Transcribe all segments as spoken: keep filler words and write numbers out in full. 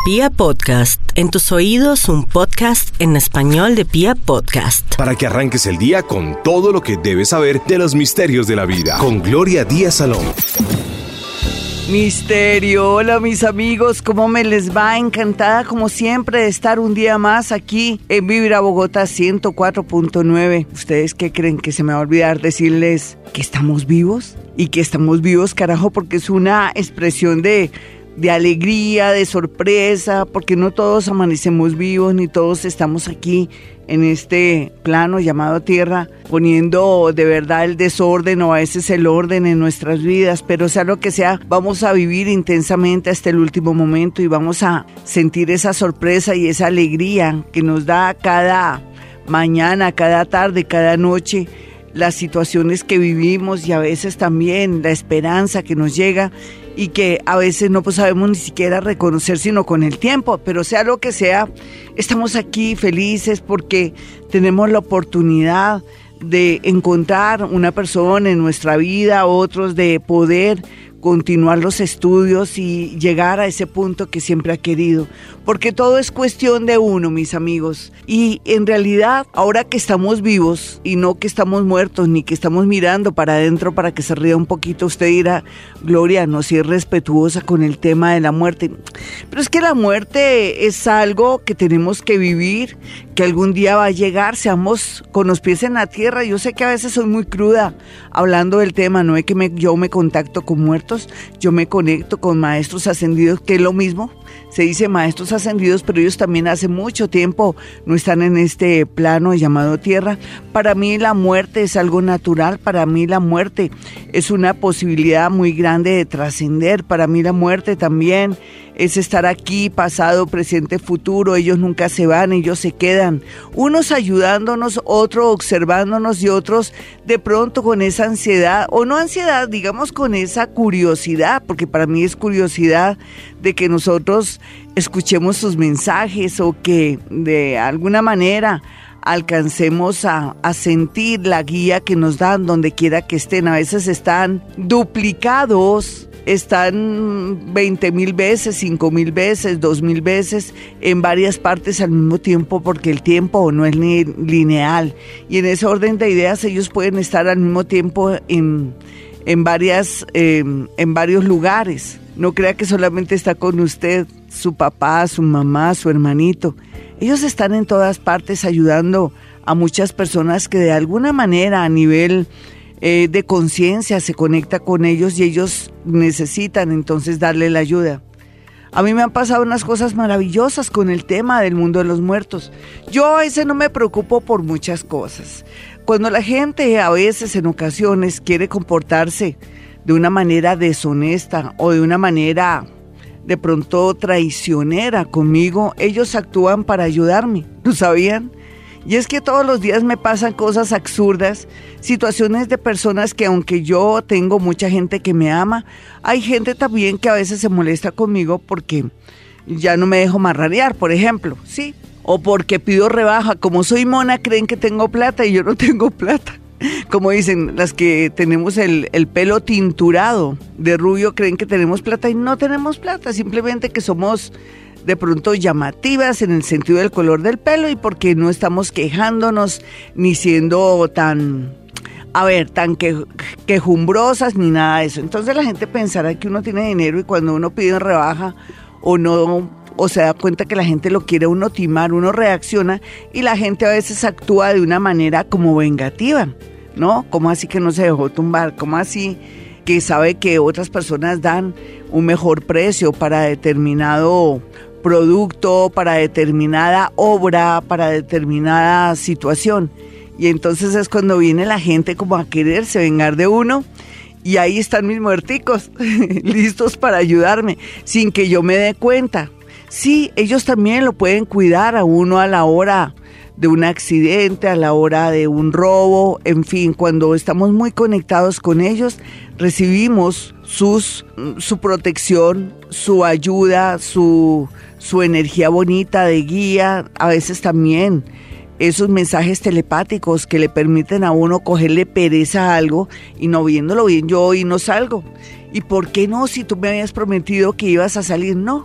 Pia Podcast, en tus oídos un podcast en español de Pia Podcast. Para que arranques el día con todo lo que debes saber de los misterios de la vida. Con Gloria Díaz Salón. Misterio, hola mis amigos, ¿cómo me les va? Encantada como siempre de estar un día más aquí en Vibra Bogotá ciento cuatro punto nueve. ¿Ustedes qué creen? Que se me va a olvidar decirles que estamos vivos y que estamos vivos, carajo, porque es una expresión de... de alegría, de sorpresa, porque no todos amanecemos vivos, ni todos estamos aquí en este plano llamado tierra, poniendo de verdad el desorden o a veces el orden en nuestras vidas, pero sea lo que sea, vamos a vivir intensamente hasta el último momento y vamos a sentir esa sorpresa y esa alegría que nos da cada mañana, cada tarde, cada noche, las situaciones que vivimos y a veces también la esperanza que nos llega y que a veces no pues, sabemos ni siquiera reconocer sino con el tiempo, pero sea lo que sea, estamos aquí felices porque tenemos la oportunidad de encontrar una persona en nuestra vida, otros de poder continuar los estudios y llegar a ese punto que siempre ha querido, porque todo es cuestión de uno, mis amigos, y en realidad ahora que estamos vivos y no que estamos muertos ni que estamos mirando para adentro para que se ría un poquito, usted dirá, Gloria, no si es respetuosa con el tema de la muerte, pero es que la muerte es algo que tenemos que vivir, que algún día va a llegar, seamos con los pies en la tierra. Yo sé que a veces soy muy cruda hablando del tema, no es que me, yo me contacto con muertos, yo me conecto con maestros ascendidos, que es lo mismo, se dice maestros ascendidos, pero ellos también hace mucho tiempo no están en este plano llamado tierra. Para mí la muerte es algo natural, para mí la muerte es una posibilidad muy grande de trascender, para mí la muerte también es estar aquí, pasado, presente, futuro. Ellos nunca se van, ellos se quedan, unos ayudándonos, otros observándonos y otros de pronto con esa ansiedad, o no ansiedad, digamos con esa curiosidad, porque para mí es curiosidad de que nosotros escuchemos sus mensajes o que de alguna manera alcancemos a, a sentir la guía que nos dan donde quiera que estén. A veces están duplicados, están veinte mil veces, cinco mil veces, dos mil veces en varias partes al mismo tiempo, porque el tiempo no es ni lineal y en ese orden de ideas ellos pueden estar al mismo tiempo en, en, varias, eh, en varios lugares. No crea que solamente está con usted, su papá, su mamá, su hermanito. Ellos están en todas partes ayudando a muchas personas que de alguna manera a nivel eh, de conciencia se conecta con ellos y ellos necesitan entonces darle la ayuda. A mí me han pasado unas cosas maravillosas con el tema del mundo de los muertos. Yo a veces no me preocupo por muchas cosas. Cuando la gente a veces en ocasiones quiere comportarse de una manera deshonesta o de una manera de pronto traicionera conmigo, ellos actúan para ayudarme, ¿lo sabían? Y es que todos los días me pasan cosas absurdas, situaciones de personas que aunque yo tengo mucha gente que me ama, hay gente también que a veces se molesta conmigo porque ya no me dejo marrarear, por ejemplo, ¿sí? O porque pido rebaja, como soy mona creen que tengo plata y yo no tengo plata. Como dicen, las que tenemos el, el pelo tinturado de rubio creen que tenemos plata y no tenemos plata, simplemente que somos de pronto llamativas en el sentido del color del pelo y porque no estamos quejándonos ni siendo tan, a ver, tan que, quejumbrosas ni nada de eso. Entonces la gente pensará que uno tiene dinero y cuando uno pide rebaja o no, o se da cuenta que la gente lo quiere uno timar, uno reacciona y la gente a veces actúa de una manera como vengativa, ¿no? ¿Cómo así que no se dejó tumbar? ¿Cómo así que sabe que otras personas dan un mejor precio para determinado producto, para determinada obra, para determinada situación? Y entonces es cuando viene la gente como a quererse vengar de uno. Y ahí están mis muerticos, listos para ayudarme, sin que yo me dé cuenta. Sí, ellos también lo pueden cuidar a uno a la hora de un accidente, a la hora de un robo, en fin, cuando estamos muy conectados con ellos, recibimos sus, su protección, su ayuda, su, su energía bonita de guía, a veces también esos mensajes telepáticos que le permiten a uno cogerle pereza a algo y no viéndolo bien, yo hoy no salgo. ¿Y por qué no? Si tú me habías prometido que ibas a salir, no.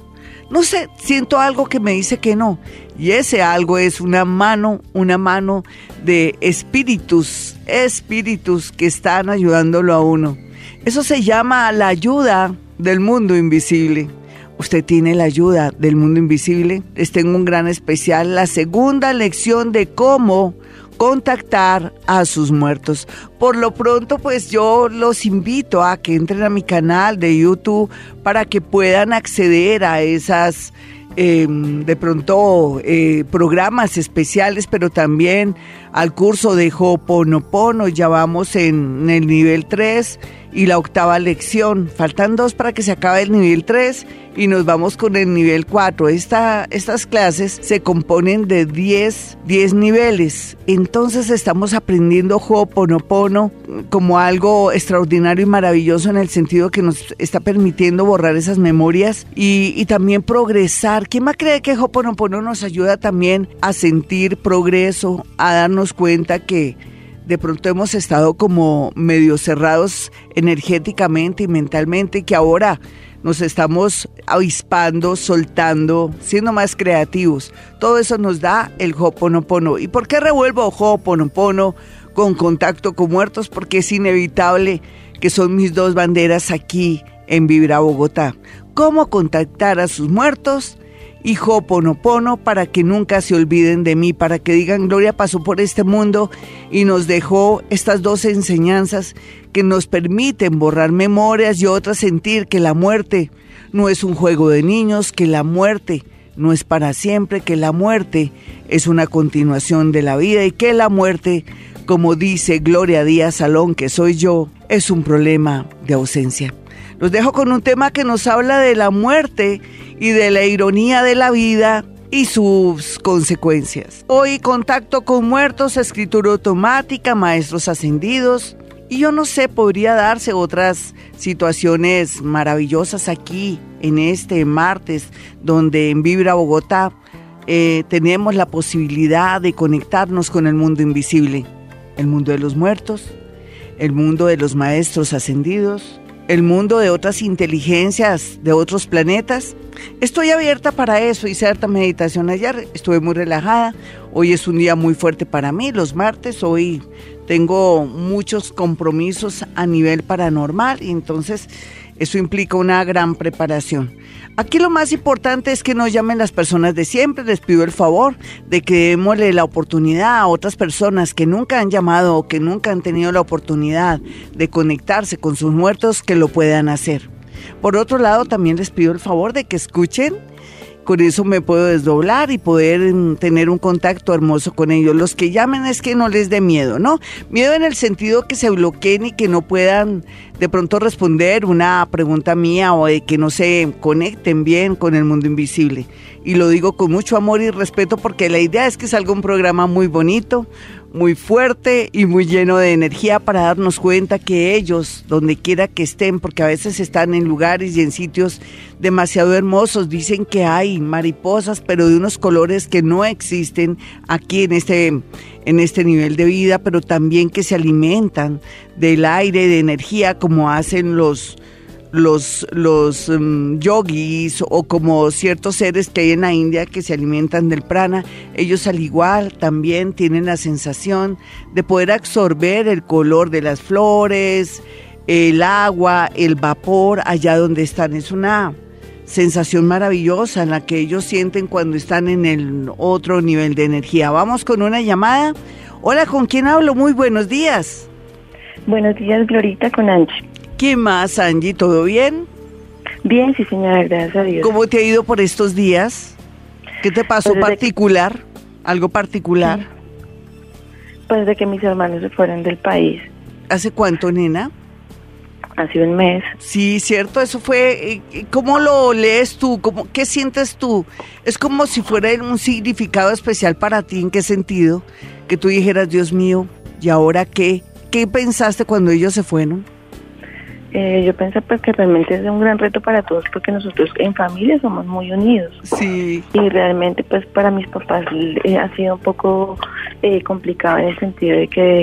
no sé, siento algo que me dice que no. Y ese algo es una mano, una mano de espíritus, espíritus que están ayudándolo a uno. Eso se llama la ayuda del mundo invisible. Usted tiene la ayuda del mundo invisible. Les tengo un gran especial, la segunda lección de cómo contactar a sus muertos. Por lo pronto, pues yo los invito a que entren a mi canal de YouTube para que puedan acceder a esas, eh, de pronto, eh, programas especiales, pero también al curso de Ho'oponopono. Ya vamos en, en el nivel tres y la octava lección. Faltan dos para que se acabe el nivel tres y nos vamos con el nivel cuatro. Esta, estas clases se componen de diez niveles. Entonces estamos aprendiendo Ho'oponopono como algo extraordinario y maravilloso en el sentido que nos está permitiendo borrar esas memorias y, y también progresar. ¿Quién más cree que Ho'oponopono nos ayuda también a sentir progreso, a darnos cuenta que de pronto hemos estado como medio cerrados energéticamente y mentalmente, que ahora nos estamos avispando, soltando, siendo más creativos? Todo eso nos da el Ho'oponopono. ¿Y por qué revuelvo Ho'oponopono con contacto con muertos? Porque es inevitable que son mis dos banderas aquí en Vibra Bogotá. ¿Cómo contactar a sus muertos? Y Ho'oponopono, para que nunca se olviden de mí, para que digan: Gloria pasó por este mundo y nos dejó estas dos enseñanzas que nos permiten borrar memorias y otras sentir que la muerte no es un juego de niños, que la muerte no es para siempre, que la muerte es una continuación de la vida y que la muerte, como dice Gloria Díaz Salón, que soy yo, es un problema de ausencia. Los dejo con un tema que nos habla de la muerte y de la ironía de la vida y sus consecuencias. Hoy contacto con muertos, escritura automática, maestros ascendidos. Y yo no sé, podría darse otras situaciones maravillosas aquí en este martes, donde en Vibra Bogotá eh, tenemos la posibilidad de conectarnos con el mundo invisible, el mundo de los muertos, el mundo de los maestros ascendidos, el mundo de otras inteligencias de otros planetas. Estoy abierta para eso, hice harta meditación ayer, estuve muy relajada. Hoy es un día muy fuerte para mí, los martes. Hoy tengo muchos compromisos a nivel paranormal y entonces eso implica una gran preparación. Aquí lo más importante es que nos llamen las personas de siempre. Les pido el favor de que démosle la oportunidad a otras personas que nunca han llamado o que nunca han tenido la oportunidad de conectarse con sus muertos, que lo puedan hacer. Por otro lado, también les pido el favor de que escuchen. Con eso me puedo desdoblar y poder tener un contacto hermoso con ellos. Los que llamen es que no les dé miedo, ¿no? Miedo en el sentido que se bloqueen y que no puedan de pronto responder una pregunta mía o de que no se conecten bien con el mundo invisible. Y lo digo con mucho amor y respeto porque la idea es que salga un programa muy bonito, muy fuerte y muy lleno de energía para darnos cuenta que ellos, donde quiera que estén, porque a veces están en lugares y en sitios demasiado hermosos, dicen que hay mariposas, pero de unos colores que no existen aquí en este, en este nivel de vida, pero también que se alimentan del aire, de energía, como hacen los los, los um, yogis o como ciertos seres que hay en la India que se alimentan del prana. Ellos al igual también tienen la sensación de poder absorber el color de las flores, el agua, el vapor allá donde están. Es una sensación maravillosa en la que ellos sienten cuando están en el otro nivel de energía. Vamos con una llamada. Hola, ¿con quién hablo? Muy buenos días. Buenos días, Glorita, con Angie. ¿Qué más, Angie? ¿Todo bien? Bien, sí, señora, gracias a Dios. ¿Cómo te ha ido por estos días? ¿Qué te pasó pues particular? Que... ¿Algo particular? Pues de que mis hermanos se fueron del país. ¿Hace cuánto, nena? Hace un mes. Sí, cierto, eso fue. ¿Cómo lo lees tú? ¿Cómo, ¿Qué sientes tú? Es como si fuera un significado especial para ti. ¿En qué sentido? Que tú dijeras, Dios mío, ¿y ahora qué? ¿Qué pensaste cuando ellos se fueron? Eh, yo pensé pues que realmente es un gran reto para todos porque nosotros en familia somos muy unidos. Sí. Y realmente pues para mis papás eh, ha sido un poco eh, complicado en el sentido de que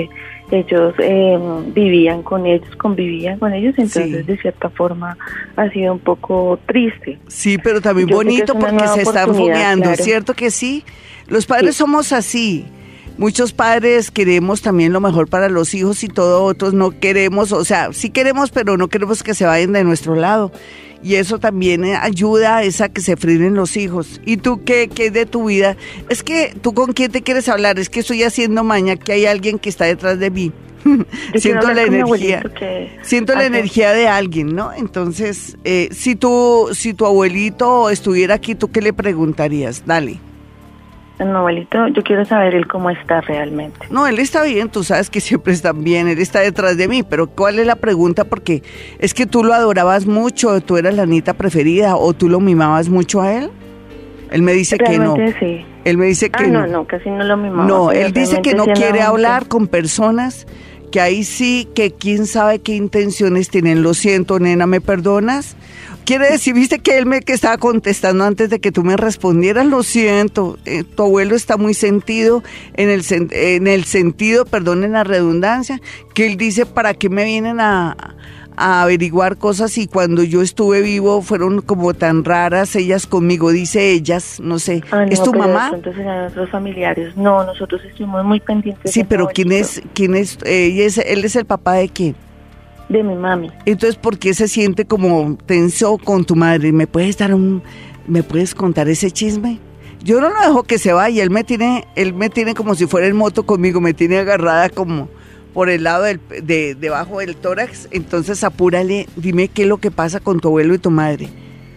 ellos eh, vivían con ellos, convivían con ellos, entonces Sí. de cierta forma ha sido un poco triste. Sí, pero también Yo sé que bonito es una porque nueva se están oportunidad, fogueando, claro. ¿cierto que sí? Los padres Sí. somos así. Muchos padres queremos también lo mejor para los hijos y todos otros no queremos, o sea, sí queremos, pero no queremos que se vayan de nuestro lado. Y eso también eh, ayuda a esa que se frinen los hijos. ¿Y tú qué, qué es de tu vida? Es que tú con quién te quieres hablar, es que estoy haciendo maña, que hay alguien que está detrás de mí. Yo quiero Siento hablar la con mi energía. abuelito que Siento la hace- energía de alguien, ¿no? Entonces, eh, si tú, si tu abuelito estuviera aquí, ¿tú qué le preguntarías? Dale. Mi abuelito, yo quiero saber él cómo está realmente. No, él está bien, tú sabes que siempre está bien, él está detrás de mí, pero ¿cuál es la pregunta? Porque es que tú lo adorabas mucho, tú eras la nieta preferida, o tú lo mimabas mucho a él. Él me dice que no. Realmente sí. Él me dice que Ah, no, no. no, casi no lo mimaba. No, pero él dice que realmente no sí quiere andaba hablar mucho. con personas que ahí sí, que quién sabe qué intenciones tienen. Lo siento, nena, ¿me perdonas? Quiere decir, viste que él me que estaba contestando antes de que tú me respondieras, lo siento, eh, tu abuelo está muy sentido en el, sen- en el sentido, perdonen la redundancia, que él dice, ¿para qué me vienen a, a averiguar cosas y cuando yo estuve vivo fueron como tan raras ellas conmigo? Dice ellas, no sé, Ah, no, ¿es tu pero de mamá? pronto serán otros familiares. No, nosotros estuvimos muy pendientes. Sí, de mi pero ¿quién abuelito, es, quién es, ella es, él es el papá de quién? De mi mami. Entonces, ¿por qué se siente como tenso con tu madre? ¿Me puedes dar un, me puedes contar ese chisme? Yo no lo dejo que se vaya, él me tiene, él me tiene como si fuera en moto conmigo, me tiene agarrada como por el lado del, de, debajo del tórax. Entonces, apúrale, dime qué es lo que pasa con tu abuelo y tu madre.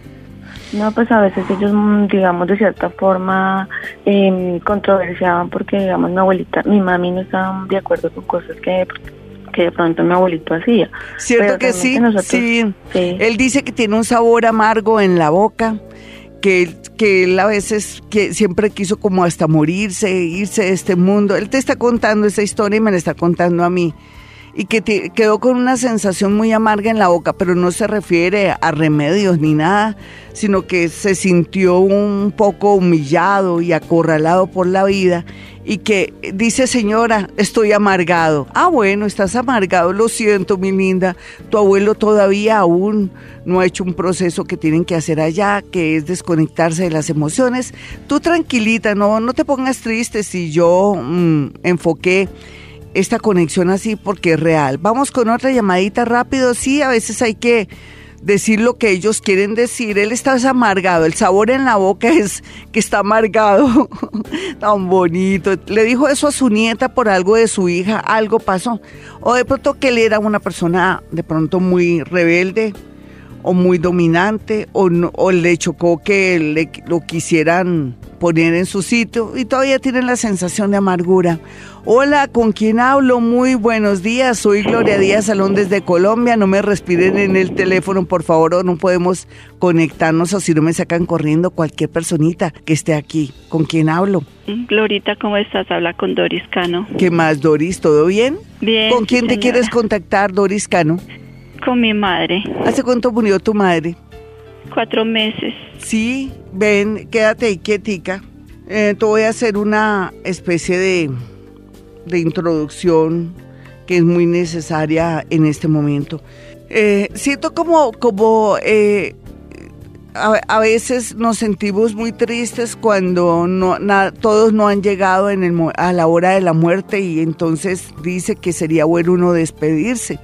No, pues a veces ellos, mm, digamos, de cierta forma eh, controversiaban porque, digamos, mi abuelita, mi mami no estaba de acuerdo con cosas que, que de pronto mi abuelito hacía. ¿Cierto Pero que sí? realmente nosotros- Sí. sí. Él dice que tiene un sabor amargo en la boca, que, él- que él a veces que siempre quiso como hasta morirse, irse de este mundo. Él te está contando esa historia y me la está contando a mí. Y que te- quedó con una sensación muy amarga en la boca, pero no se refiere a remedios ni nada, sino que se sintió un poco humillado y acorralado por la vida y que dice, señora, estoy amargado. Ah, bueno, estás amargado, lo siento, mi linda, tu abuelo todavía aún no ha hecho un proceso que tienen que hacer allá, que es desconectarse de las emociones. Tú tranquilita, no, no te pongas triste si yo mm, enfoqué esta conexión así porque es real. Vamos con otra llamadita rápido. Sí, a veces hay que decir lo que ellos quieren decir. Él está amargado, el sabor en la boca es que está amargado. Tan bonito. Le dijo eso a su nieta por algo de su hija, algo pasó. O de pronto que él era una persona de pronto muy rebelde o muy dominante, o, no, o le chocó que le, lo quisieran poner en su sitio y todavía tienen la sensación de amargura. Hola, ¿con quién hablo? Muy buenos días, soy Gloria Díaz Salón desde Colombia. No me respiren en el teléfono, por favor, o no podemos conectarnos, o si no me sacan corriendo cualquier personita que esté aquí. ¿Con quién hablo? Glorita, ¿cómo estás? Habla con Doris Cano. ¿Qué más, Doris? ¿Todo bien? Bien. ¿Con quién te señora. quieres contactar, Doris Cano? Con mi madre. ¿Hace cuánto murió tu madre? Cuatro meses. Sí, ven, quédate ahí quietica. Eh, te voy a hacer una especie de, de introducción que es muy necesaria en este momento. Eh, siento como, como eh, a, a veces nos sentimos muy tristes cuando no, na, todos no han llegado en el, a la hora de la muerte y entonces dice que sería bueno uno despedirse.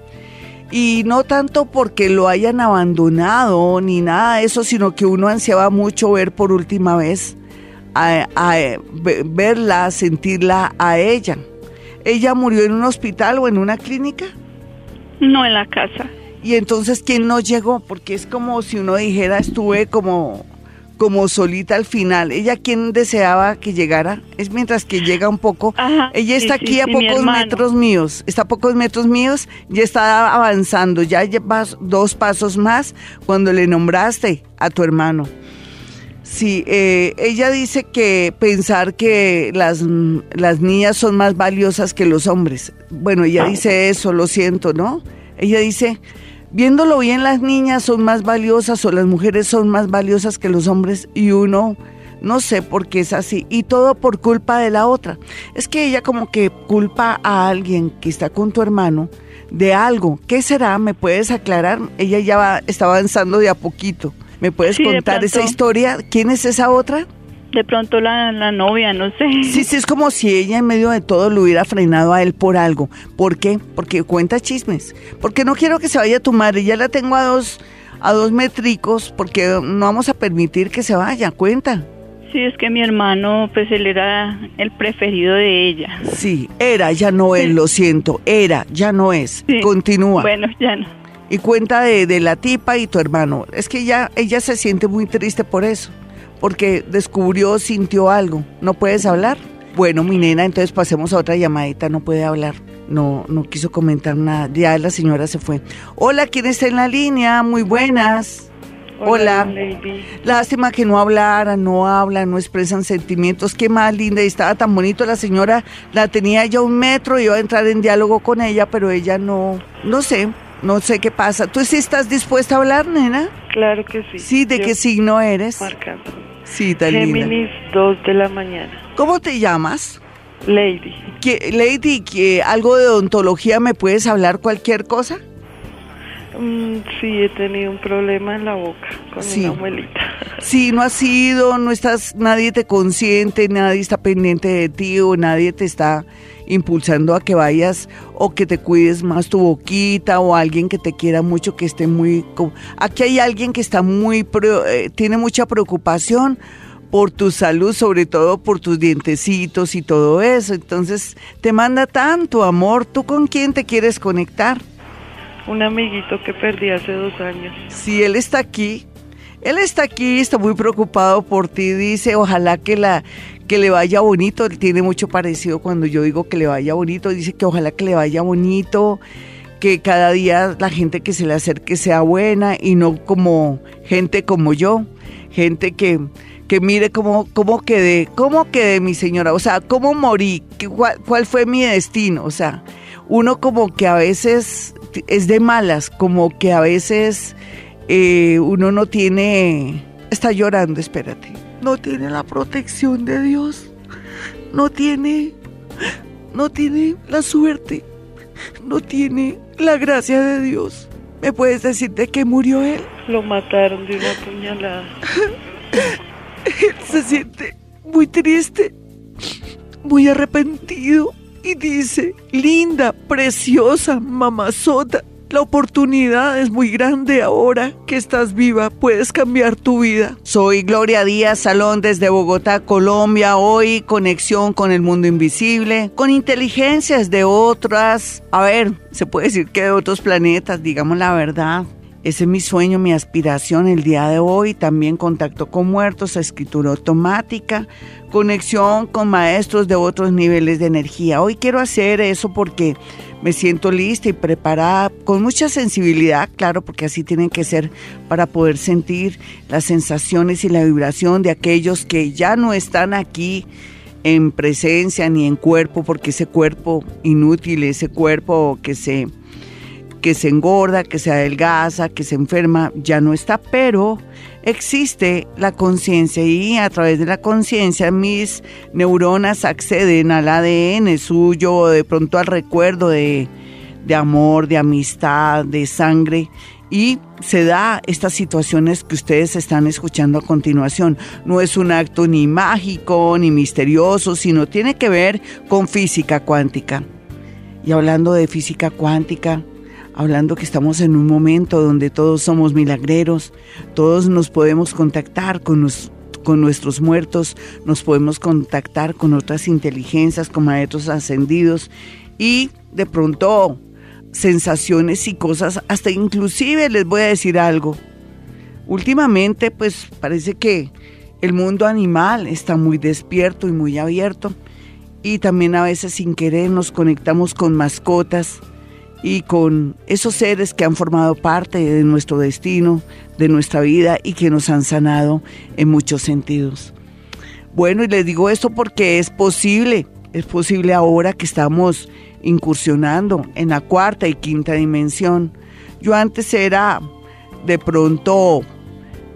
Y no tanto porque lo hayan abandonado ni nada de eso, sino que uno ansiaba mucho ver por última vez, a, a, a verla, sentirla a ella. ¿Ella murió en un hospital o en una clínica? No, en la casa. Y entonces, ¿quién no llegó? Porque es como si uno dijera, estuve como, como solita al final. ¿Ella quién deseaba que llegara? Es mientras que llega un poco. Ajá, Ella está sí, aquí sí, a sí, mi pocos hermano. metros míos. Está a pocos metros míos, ya está avanzando. Ya llevas dos pasos más cuando le nombraste a tu hermano. Sí, eh, ella dice que pensar que las, las niñas son más valiosas que los hombres. Bueno, ella dice eso, lo siento, ¿no? Ella dice, viéndolo bien, las niñas son más valiosas o las mujeres son más valiosas que los hombres y uno No sé por qué es así. Y todo por culpa de la otra. Es que ella como que culpa a alguien que está con tu hermano de algo. ¿Qué será? ¿Me puedes aclarar? Ella ya va, está avanzando de a poquito. ¿Me puedes Sí, de contar pronto. esa historia? ¿Quién es esa otra? De pronto la, la novia, no sé. Sí, sí, es como si ella en medio de todo lo hubiera frenado a él por algo. ¿Por qué? Porque cuenta chismes. Porque no quiero que se vaya tu madre. Ya la tengo a dos, a dos metricos porque no vamos a permitir que se vaya. Cuenta. Sí, es que mi hermano, pues él era el preferido de ella. Sí, era, ya no es, lo siento. Era, ya no es. Sí. Continúa. Bueno, ya no. Y cuenta de, de la tipa y tu hermano. Es que ella, ella se siente muy triste por eso. Porque descubrió, sintió algo. ¿No puedes hablar? Bueno, mi nena, entonces pasemos a otra llamadita. No puede hablar. No, no quiso comentar nada. Ya la señora se fue. Hola, ¿quién está en la línea? Muy buenas. Hola. Hola. Lady. Lástima que no hablaran, no hablan, no expresan sentimientos. Qué más linda. Y estaba tan bonito la señora. La tenía ya un metro. Iba a entrar en diálogo con ella, pero ella no, no sé. No sé qué pasa. ¿Tú sí estás dispuesta a hablar, nena? Claro que sí. Sí, ¿de Yo qué signo eres? Marcando. Sí, tan linda. Géminis, dos de la mañana. ¿Cómo te llamas? Lady. ¿Qué, Lady, ¿qué, algo de odontología me puedes hablar cualquier cosa? Mm, sí, he tenido un problema en la boca con Sí. una muelita. Sí, no has ido, no estás, nadie te consiente, nadie está pendiente de ti o nadie te está impulsando a que vayas o que te cuides más tu boquita o alguien que te quiera mucho, que esté muy... co- Aquí hay alguien que está muy, preo- eh, tiene mucha preocupación por tu salud, sobre todo por tus dientecitos y todo eso. Entonces te manda tanto amor. ¿Tú con quién te quieres conectar? Un amiguito que perdí hace dos años. Si él está aquí, él está aquí, está muy preocupado por ti, dice, ojalá que la que le vaya bonito. Él tiene mucho parecido cuando yo digo que le vaya bonito, dice que ojalá que le vaya bonito, que cada día la gente que se le acerque sea buena y no como gente como yo, gente que, que mire cómo, cómo quedé, cómo quedé mi señora, o sea, cómo morí, ¿Qué, cuál, cuál fue mi destino, o sea, uno como que a veces es de malas, como que a veces eh, uno no tiene, está llorando, espérate, no tiene la protección de Dios, no tiene, no tiene la suerte, no tiene la gracia de Dios. ¿Me puedes decir de qué murió él? Lo mataron de una puñalada. Él se siente muy triste, muy arrepentido y dice, linda, preciosa, mamazota, la oportunidad es muy grande ahora que estás viva, puedes cambiar tu vida. Soy Gloria Díaz Salón desde Bogotá, Colombia. Hoy conexión con el mundo invisible, con inteligencias de otras, a ver, se puede decir que de otros planetas, digamos la verdad. Ese es mi sueño, mi aspiración el día de hoy. También contacto con muertos, escritura automática, conexión con maestros de otros niveles de energía. Hoy quiero hacer eso porque me siento lista y preparada, con mucha sensibilidad, claro, porque así tienen que ser para poder sentir las sensaciones y la vibración de aquellos que ya no están aquí en presencia ni en cuerpo, porque ese cuerpo inútil, ese cuerpo que se... que se engorda, que se adelgaza, que se enferma, ya no está, pero existe la conciencia y a través de la conciencia mis neuronas acceden al A D N suyo, o de pronto al recuerdo de, de amor, de amistad, de sangre, y se da estas situaciones que ustedes están escuchando a continuación. No es un acto ni mágico ni misterioso, sino tiene que ver con física cuántica. Y hablando de física cuántica, hablando que estamos en un momento donde todos somos milagreros, todos nos podemos contactar con, nos, con nuestros muertos, nos podemos contactar con otras inteligencias, con maestros ascendidos y de pronto sensaciones y cosas, hasta inclusive les voy a decir algo. Últimamente pues parece que el mundo animal está muy despierto y muy abierto y también a veces sin querer nos conectamos con mascotas y con esos seres que han formado parte de nuestro destino, de nuestra vida y que nos han sanado en muchos sentidos. Bueno, y les digo esto porque es posible, es posible ahora que estamos incursionando en la cuarta y quinta dimensión. Yo antes era de pronto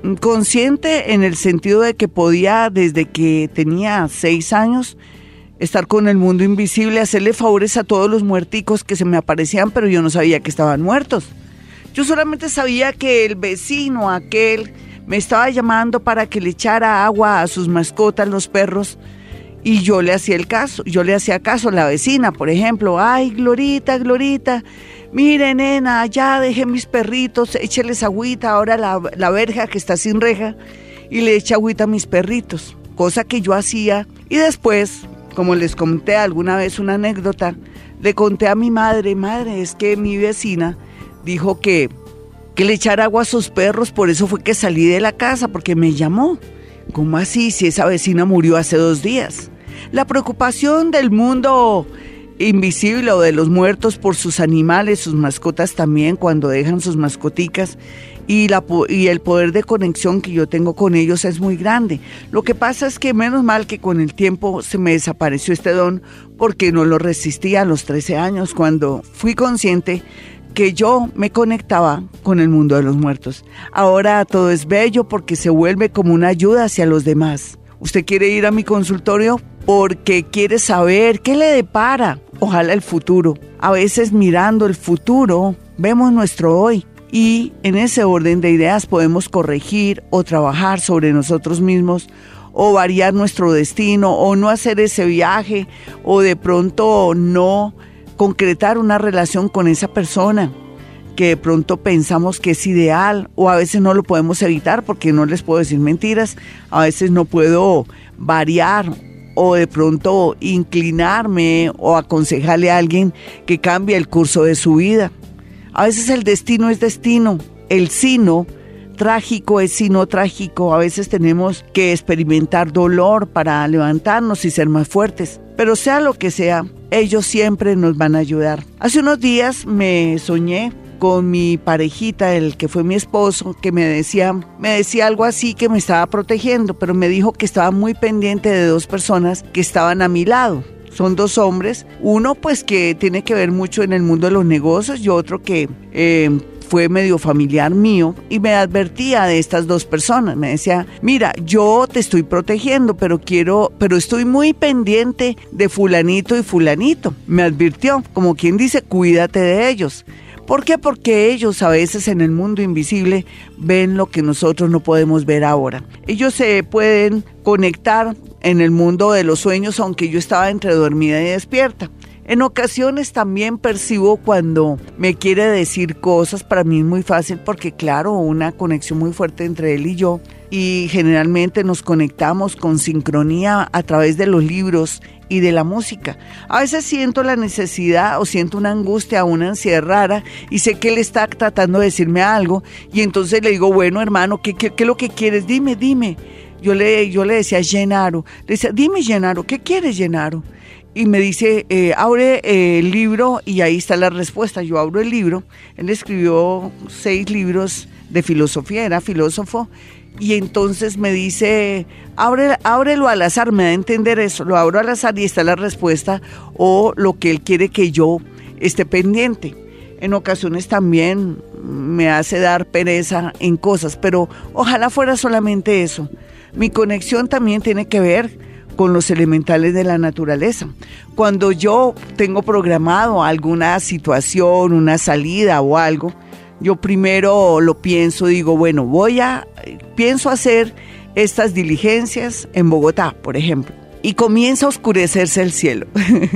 consciente en el sentido de que podía, desde que tenía seis años, estar con el mundo invisible, hacerle favores a todos los muerticos que se me aparecían, pero yo no sabía que estaban muertos. Yo solamente sabía que el vecino aquel me estaba llamando para que le echara agua a sus mascotas, los perros, y yo le hacía el caso, yo le hacía caso a la vecina, por ejemplo. Ay, Glorita, Glorita, mire, nena, ya dejé mis perritos, écheles agüita, ahora la, la verja que está sin reja, y le echa agüita a mis perritos, cosa que yo hacía. Y después, como les conté alguna vez una anécdota, le conté a mi madre, madre, es que mi vecina dijo que, que le echara agua a sus perros, por eso fue que salí de la casa, porque me llamó. ¿Cómo así? Si esa vecina murió hace dos días. La preocupación del mundo invisible o de los muertos por sus animales, sus mascotas también, cuando dejan sus mascoticas, y, la, y el poder de conexión que yo tengo con ellos es muy grande. Lo que pasa es que menos mal que con el tiempo se me desapareció este don, porque no lo resistía a los trece años, cuando fui consciente que yo me conectaba con el mundo de los muertos. Ahora todo es bello porque se vuelve como una ayuda hacia los demás. ¿Usted quiere ir a mi consultorio? Porque quiere saber qué le depara, ojalá, el futuro. A veces mirando el futuro, vemos nuestro hoy. Y en ese orden de ideas podemos corregir o trabajar sobre nosotros mismos, o variar nuestro destino, o no hacer ese viaje, o de pronto no concretar una relación con esa persona que de pronto pensamos que es ideal, o a veces no lo podemos evitar, porque no les puedo decir mentiras, a veces no puedo variar o de pronto inclinarme o aconsejarle a alguien que cambie el curso de su vida. A veces el destino es destino, el sino trágico es sino trágico. A veces tenemos que experimentar dolor para levantarnos y ser más fuertes. Pero sea lo que sea, ellos siempre nos van a ayudar. Hace unos días me soñé con mi parejita, el que fue mi esposo, que me decía, me decía algo así, que me estaba protegiendo, pero me dijo que estaba muy pendiente de dos personas que estaban a mi lado. Son dos hombres, uno pues que tiene que ver mucho en el mundo de los negocios y otro que eh, fue medio familiar mío, y me advertía de estas dos personas. Me decía, mira, yo te estoy protegiendo, pero quiero, pero estoy muy pendiente de fulanito y fulanito. Me advirtió, como quien dice, cuídate de ellos. ¿Por qué? Porque ellos a veces en el mundo invisible ven lo que nosotros no podemos ver ahora. Ellos se pueden conectar en el mundo de los sueños, aunque yo estaba entre dormida y despierta. En ocasiones también percibo cuando me quiere decir cosas. Para mí es muy fácil porque, claro, una conexión muy fuerte entre él y yo, y generalmente nos conectamos con sincronía a través de los libros y de la música. A veces siento la necesidad o siento una angustia, una ansiedad rara, y sé que él está tratando de decirme algo, y entonces le digo, bueno, hermano, ¿qué, qué, qué es lo que quieres? Dime, dime. Yo le, yo le decía a Genaro, le decía, dime, Genaro, ¿qué quieres, Genaro? Y me dice, eh, abre eh, el libro y ahí está la respuesta. Yo abro el libro. Él escribió seis libros de filosofía, era filósofo, y entonces me dice, Abre, ábrelo al azar, me da a entender eso. Lo abro al azar y está la respuesta o lo que él quiere que yo esté pendiente. En ocasiones también me hace dar pereza en cosas, pero ojalá fuera solamente eso. Mi conexión también tiene que ver con los elementales de la naturaleza. Cuando yo tengo programado alguna situación, una salida o algo, yo primero lo pienso, digo, bueno, voy a, pienso hacer estas diligencias en Bogotá, por ejemplo, y comienza a oscurecerse el cielo.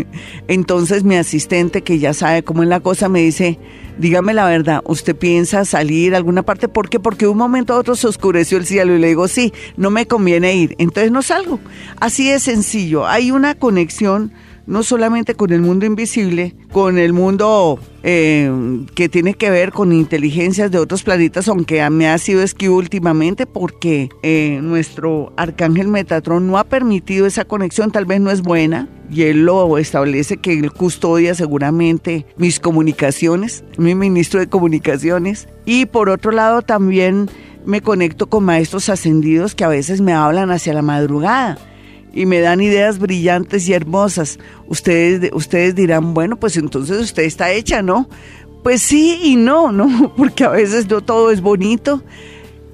Entonces mi asistente, que ya sabe cómo es la cosa, me dice, dígame la verdad, ¿usted piensa salir a alguna parte? ¿Por qué? Porque de un momento a otro se oscureció el cielo, y le digo, sí, no me conviene ir, entonces no salgo. Así de sencillo, hay una conexión no solamente con el mundo invisible, con el mundo eh, que tiene que ver con inteligencias de otros planetas, aunque me ha sido esquivo últimamente porque eh, nuestro arcángel Metatrón no ha permitido esa conexión, tal vez no es buena, y él lo establece, que él custodia seguramente mis comunicaciones, mi ministro de comunicaciones. Y por otro lado también me conecto con maestros ascendidos que a veces me hablan hacia la madrugada y me dan ideas brillantes y hermosas. Ustedes, ustedes dirán, bueno, pues entonces usted está hecha, ¿no? Pues sí y no, ¿no? Porque a veces no todo es bonito.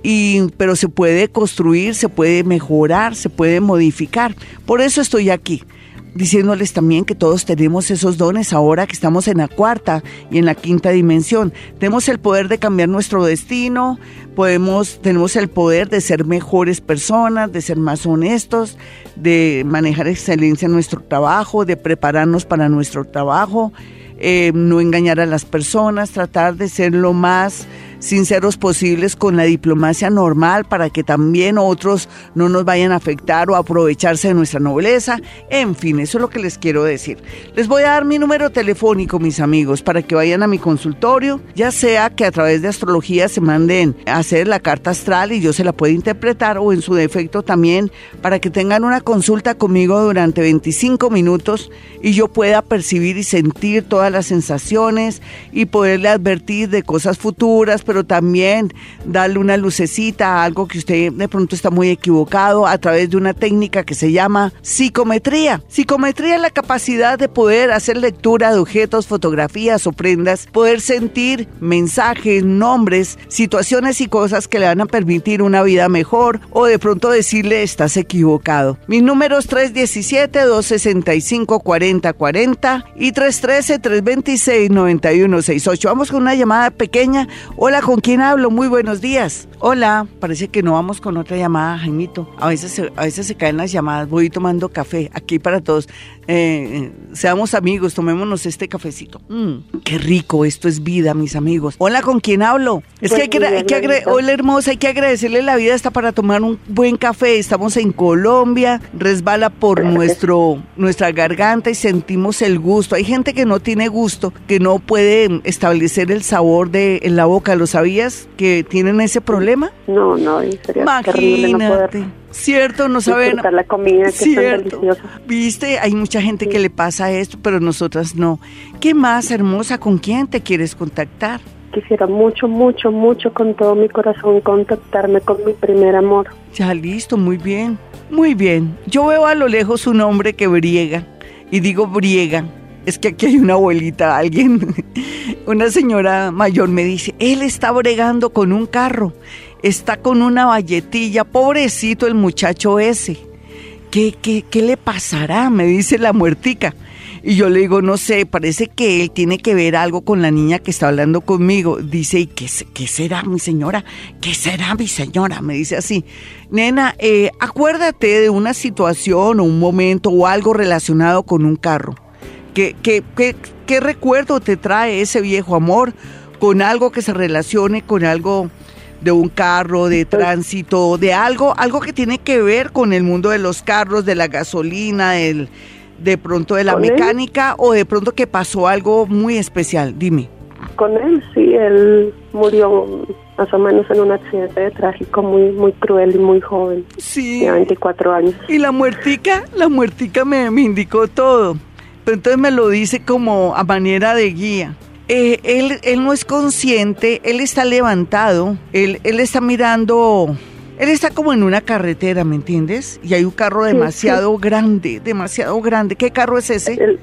y, pero se puede construir, se puede mejorar, se puede modificar. Por eso estoy aquí, diciéndoles también que todos tenemos esos dones ahora que estamos en la cuarta y en la quinta dimensión. Tenemos el poder de cambiar nuestro destino, podemos, tenemos el poder de ser mejores personas, de ser más honestos, de manejar excelencia en nuestro trabajo, de prepararnos para nuestro trabajo, eh, no engañar a las personas, tratar de ser lo más sinceros posibles con la diplomacia normal para que también otros no nos vayan a afectar o aprovecharse de nuestra nobleza. En fin, eso es lo que les quiero decir. Les voy a dar mi número telefónico, mis amigos, para que vayan a mi consultorio, ya sea que a través de astrología se manden a hacer la carta astral y yo se la pueda interpretar, o en su defecto también para que tengan una consulta conmigo durante veinticinco minutos y yo pueda percibir y sentir todas las sensaciones y poderle advertir de cosas futuras, pero también darle una lucecita a algo que usted de pronto está muy equivocado a través de una técnica que se llama psicometría. Psicometría es la capacidad de poder hacer lectura de objetos, fotografías o prendas, poder sentir mensajes, nombres, situaciones y cosas que le van a permitir una vida mejor, o de pronto decirle estás equivocado. Mis números tres uno siete, dos seis cinco, cuatro cero cuatro cero y tres uno tres, tres dos seis, nueve uno seis ocho. Vamos con una llamada pequeña. Hola, ¿con quién hablo? Muy buenos días. Hola, parece que no vamos con otra llamada, Jaimito. A veces, a veces se caen las llamadas. Voy tomando café aquí para todos. Eh, seamos amigos, tomémonos este cafecito. Mm, qué rico, esto es vida, mis amigos. Hola, ¿con quién hablo? Es buen que hay que, hay que agre- Hola, hermosa, hay que agradecerle la vida hasta para tomar un buen café. Estamos en Colombia, resbala por nuestro, nuestra garganta y sentimos el gusto. Hay gente que no tiene gusto, que no puede establecer el sabor de en la boca. ¿Lo sabías que tienen ese problema? No, no, sería Imagínate. terrible no poder Cierto, no saben. disfrutar la comida, que Cierto. es tan deliciosa. Viste, hay mucha gente Sí. que le pasa esto, pero nosotras no. ¿Qué más, hermosa? ¿Con quién te quieres contactar? Quisiera mucho, mucho, mucho con todo mi corazón contactarme con mi primer amor. Ya, listo, muy bien, muy bien. Yo veo a lo lejos un hombre que briega, y digo briega, es que aquí hay una abuelita, alguien, una señora mayor me dice, él está bregando con un carro, está con una valletilla, pobrecito el muchacho ese. ¿Qué, qué, qué le pasará? Me dice la muertica. Y yo le digo, no sé, parece que él tiene que ver algo con la niña que está hablando conmigo. Dice, ¿y qué, qué será, mi señora? ¿Qué será, mi señora? Me dice así. Nena, eh, acuérdate de una situación o un momento o algo relacionado con un carro. ¿Qué, qué, qué, qué recuerdo te trae ese viejo amor con algo que se relacione con algo de un carro, de tránsito, de algo, algo que tiene que ver con el mundo de los carros, de la gasolina, del, de pronto de la mecánica, o de pronto que pasó algo muy especial? Dime. Con él, sí, él murió más o menos en un accidente de tráfico muy muy cruel y muy joven. Sí. De veinticuatro años. Y la muertica, la muertica me, me indicó todo. Pero entonces me lo dice como a manera de guía. Eh, él, él no es consciente, él está levantado, él, él está mirando, él está como en una carretera, ¿me entiendes? Y hay un carro demasiado sí, sí. grande, demasiado grande. ¿Qué carro es ese? El,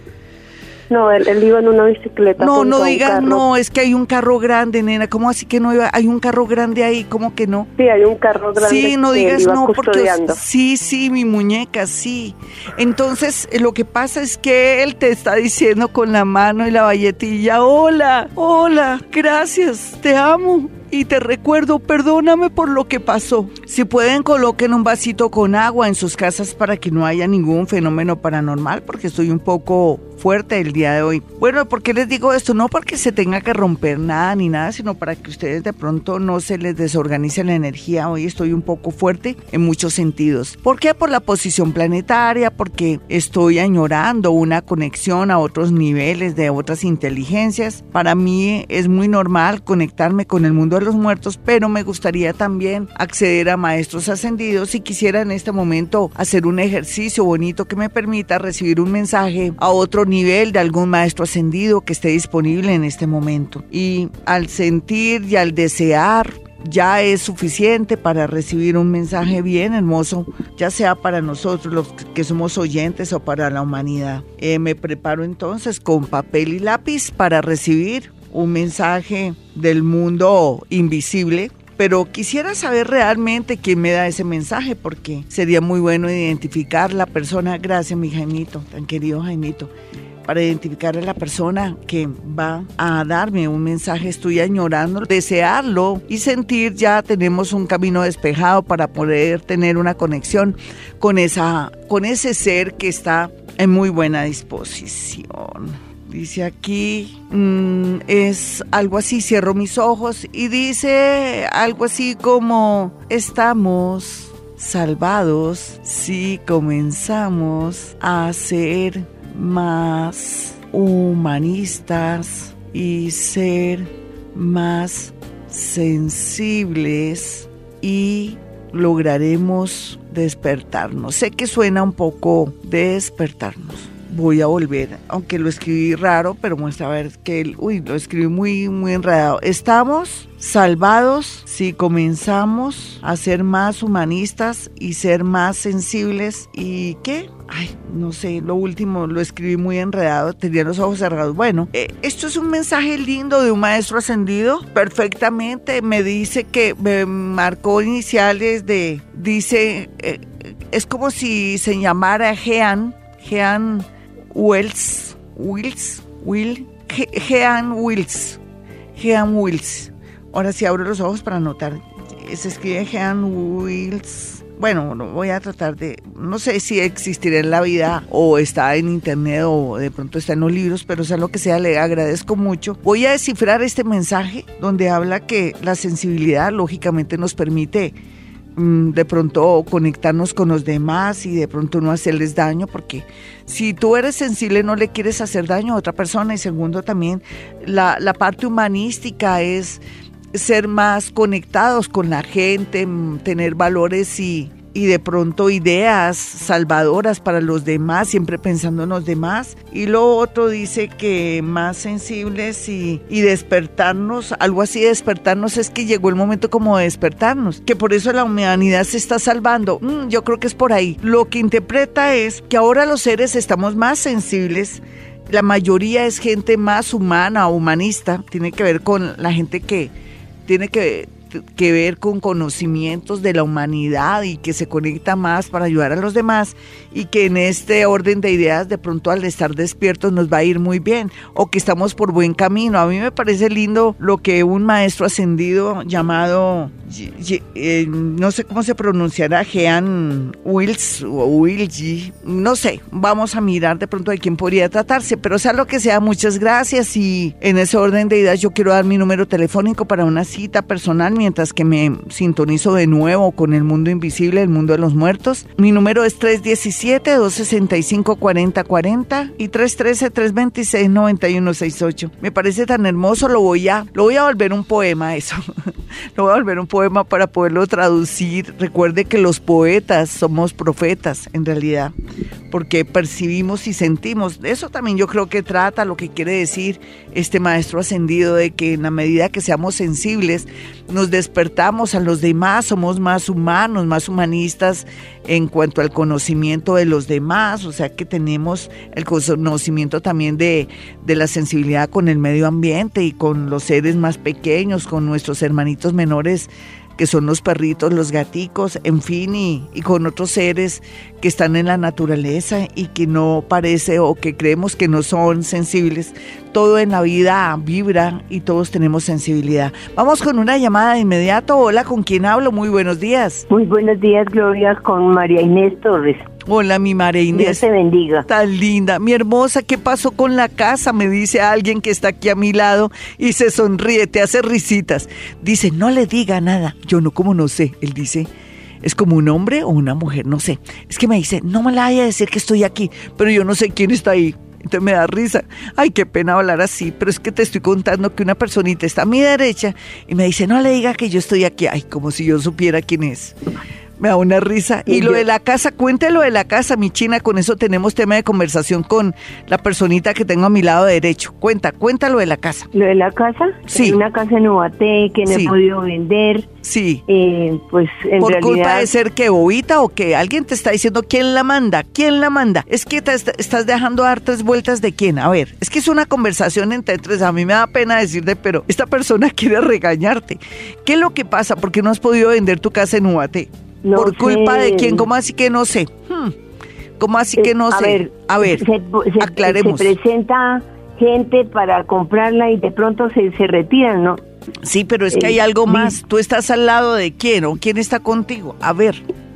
no, él, él iba en una bicicleta. No, no digas, no, es que hay un carro grande, nena. ¿Cómo así que no iba? Hay un carro grande ahí, ¿cómo que no? Sí, hay un carro grande. Sí, no que digas él iba no, porque custodiando. sí, sí, mi muñeca, sí. Entonces, lo que pasa es que él te está diciendo con la mano y la valletilla, hola, hola, gracias, te amo. Y te recuerdo, perdóname por lo que pasó. Si pueden, coloquen un vasito con agua en sus casas para que no haya ningún fenómeno paranormal, porque estoy un poco fuerte el día de hoy. Bueno, ¿por qué les digo esto? No porque se tenga que romper nada ni nada, sino para que ustedes de pronto no se les desorganice la energía. Hoy estoy un poco fuerte en muchos sentidos. ¿Por qué? Por la posición planetaria, porque estoy añorando una conexión a otros niveles de otras inteligencias. Para mí es muy normal conectarme con el mundo de los muertos, pero me gustaría también acceder a maestros ascendidos y quisiera en este momento hacer un ejercicio bonito que me permita recibir un mensaje a otro nivel de algún maestro ascendido que esté disponible en este momento. Y al sentir y al desear ya es suficiente para recibir un mensaje bien hermoso, ya sea para nosotros los que somos oyentes o para la humanidad. Eh, me preparo entonces con papel y lápiz para recibir un mensaje del mundo invisible, pero quisiera saber realmente quién me da ese mensaje, porque sería muy bueno identificar la persona. Gracias, mi Jaimito, tan querido Jaimito. Para identificar a la persona que va a darme un mensaje, estoy añorando, desearlo y sentir ya tenemos un camino despejado para poder tener una conexión con esa, con ese ser que está en muy buena disposición. Dice aquí, mmm, es algo así, cierro mis ojos y dice algo así como, estamos salvados si comenzamos a ser más humanistas y ser más sensibles y lograremos despertarnos. Sé que suena un poco despertarnos. Voy a volver, aunque lo escribí raro, pero muestra a ver que el, uy, lo escribí muy, muy enredado. Estamos salvados si comenzamos a ser más humanistas y ser más sensibles. ¿Y qué? Ay, no sé, lo último lo escribí muy enredado, tenía los ojos cerrados. Bueno, eh, esto es un mensaje lindo de un maestro ascendido, perfectamente. Me dice que me marcó iniciales de, dice, eh, es como si se llamara Jean, Jean Wells, Wills, Will, Jean Wills, Jean Wills. Ahora sí abro los ojos para anotar. Se escribe Jean Wills. Bueno, voy a tratar de, no sé si existirá en la vida o está en internet o de pronto está en los libros, pero sea lo que sea, le agradezco mucho. Voy a descifrar este mensaje donde habla que la sensibilidad lógicamente nos permite de pronto conectarnos con los demás y de pronto no hacerles daño, porque si tú eres sensible no le quieres hacer daño a otra persona. Y segundo, también la, la parte humanística es ser más conectados con la gente, tener valores y, y de pronto ideas salvadoras para los demás, siempre pensando en los demás. Y lo otro dice que más sensibles y, y despertarnos, algo así de despertarnos, es que llegó el momento como de despertarnos, que por eso la humanidad se está salvando. Mm, yo creo que es por ahí. Lo que interpreta es que ahora los seres estamos más sensibles. La mayoría es gente más humana o humanista, tiene que ver con la gente que tiene que, que ver con conocimientos de la humanidad y que se conecta más para ayudar a los demás, y que en este orden de ideas de pronto al estar despiertos nos va a ir muy bien, o que estamos por buen camino. A mí me parece lindo lo que un maestro ascendido llamado, eh, no sé cómo se pronunciará, Jean Wills o Wilgi, no sé, vamos a mirar de pronto de quién podría tratarse, pero sea lo que sea, muchas gracias. Y en ese orden de ideas yo quiero dar mi número telefónico para una cita personal mientras que me sintonizo de nuevo con el mundo invisible, el mundo de los muertos. Mi número es tres uno siete, dos seis cinco, cuatro cero cuatro cero y tres uno tres, tres dos seis, nueve uno seis ocho. Me parece tan hermoso, lo voy a, lo voy a volver un poema eso. Lo voy a volver un poema para poderlo traducir. Recuerde que los poetas somos profetas en realidad, porque percibimos y sentimos. De eso también yo creo que trata lo que quiere decir este maestro ascendido, de que en la medida que seamos sensibles, nos despertamos a los demás, somos más humanos, más humanistas en cuanto al conocimiento de los demás, o sea que tenemos el conocimiento también de, de la sensibilidad con el medio ambiente y con los seres más pequeños, con nuestros hermanitos menores, que son los perritos, los gaticos, en fin, y, y con otros seres que están en la naturaleza y que no parece o que creemos que no son sensibles. Todo en la vida vibra y todos tenemos sensibilidad. Vamos con una llamada de inmediato. Hola, ¿con quién hablo? Muy buenos días. Muy buenos días, Gloria, con María Inés Torres. Hola, mi María Inés. Dios te bendiga. Tan linda. Mi hermosa, ¿qué pasó con la casa? Me dice alguien que está aquí a mi lado y se sonríe, te hace risitas. Dice, no le diga nada. Yo no, como no sé. Él dice, es como un hombre o una mujer, no sé. Es que me dice, no me la vaya a decir que estoy aquí, pero yo no sé quién está ahí. Entonces me da risa. Ay, qué pena hablar así, pero es que te estoy contando que una personita está a mi derecha y me dice, no le diga que yo estoy aquí. Ay, como si yo supiera quién es. Me da una risa. Y, y lo yo... de la casa, cuéntelo de la casa, mi china, con eso tenemos tema de conversación con la personita que tengo a mi lado derecho. Cuenta, cuéntalo de la casa. ¿Lo de la casa? Sí. Es una casa en Ubaté que no sí. he podido vender. Sí. Eh, pues en ¿Por realidad... culpa de ser que bobita o que alguien te está diciendo quién la manda? ¿Quién la manda? Es que te est- estás dejando dar tres vueltas de quién. A ver, es que es una conversación entre tres. A mí me da pena decirte, pero esta persona quiere regañarte. ¿Qué es lo que pasa? ¿Por qué no has podido vender tu casa en Ubaté? No ¿Por sé. culpa de quién? ¿Cómo así que no sé? Hmm. ¿Cómo así que no a sé? Ver, a ver, se, se, aclaremos. Se presenta gente para comprarla y de pronto se, se retiran, ¿no? Sí, pero es que hay algo más. ¿Tú estás al lado de quién o quién está contigo? A ver.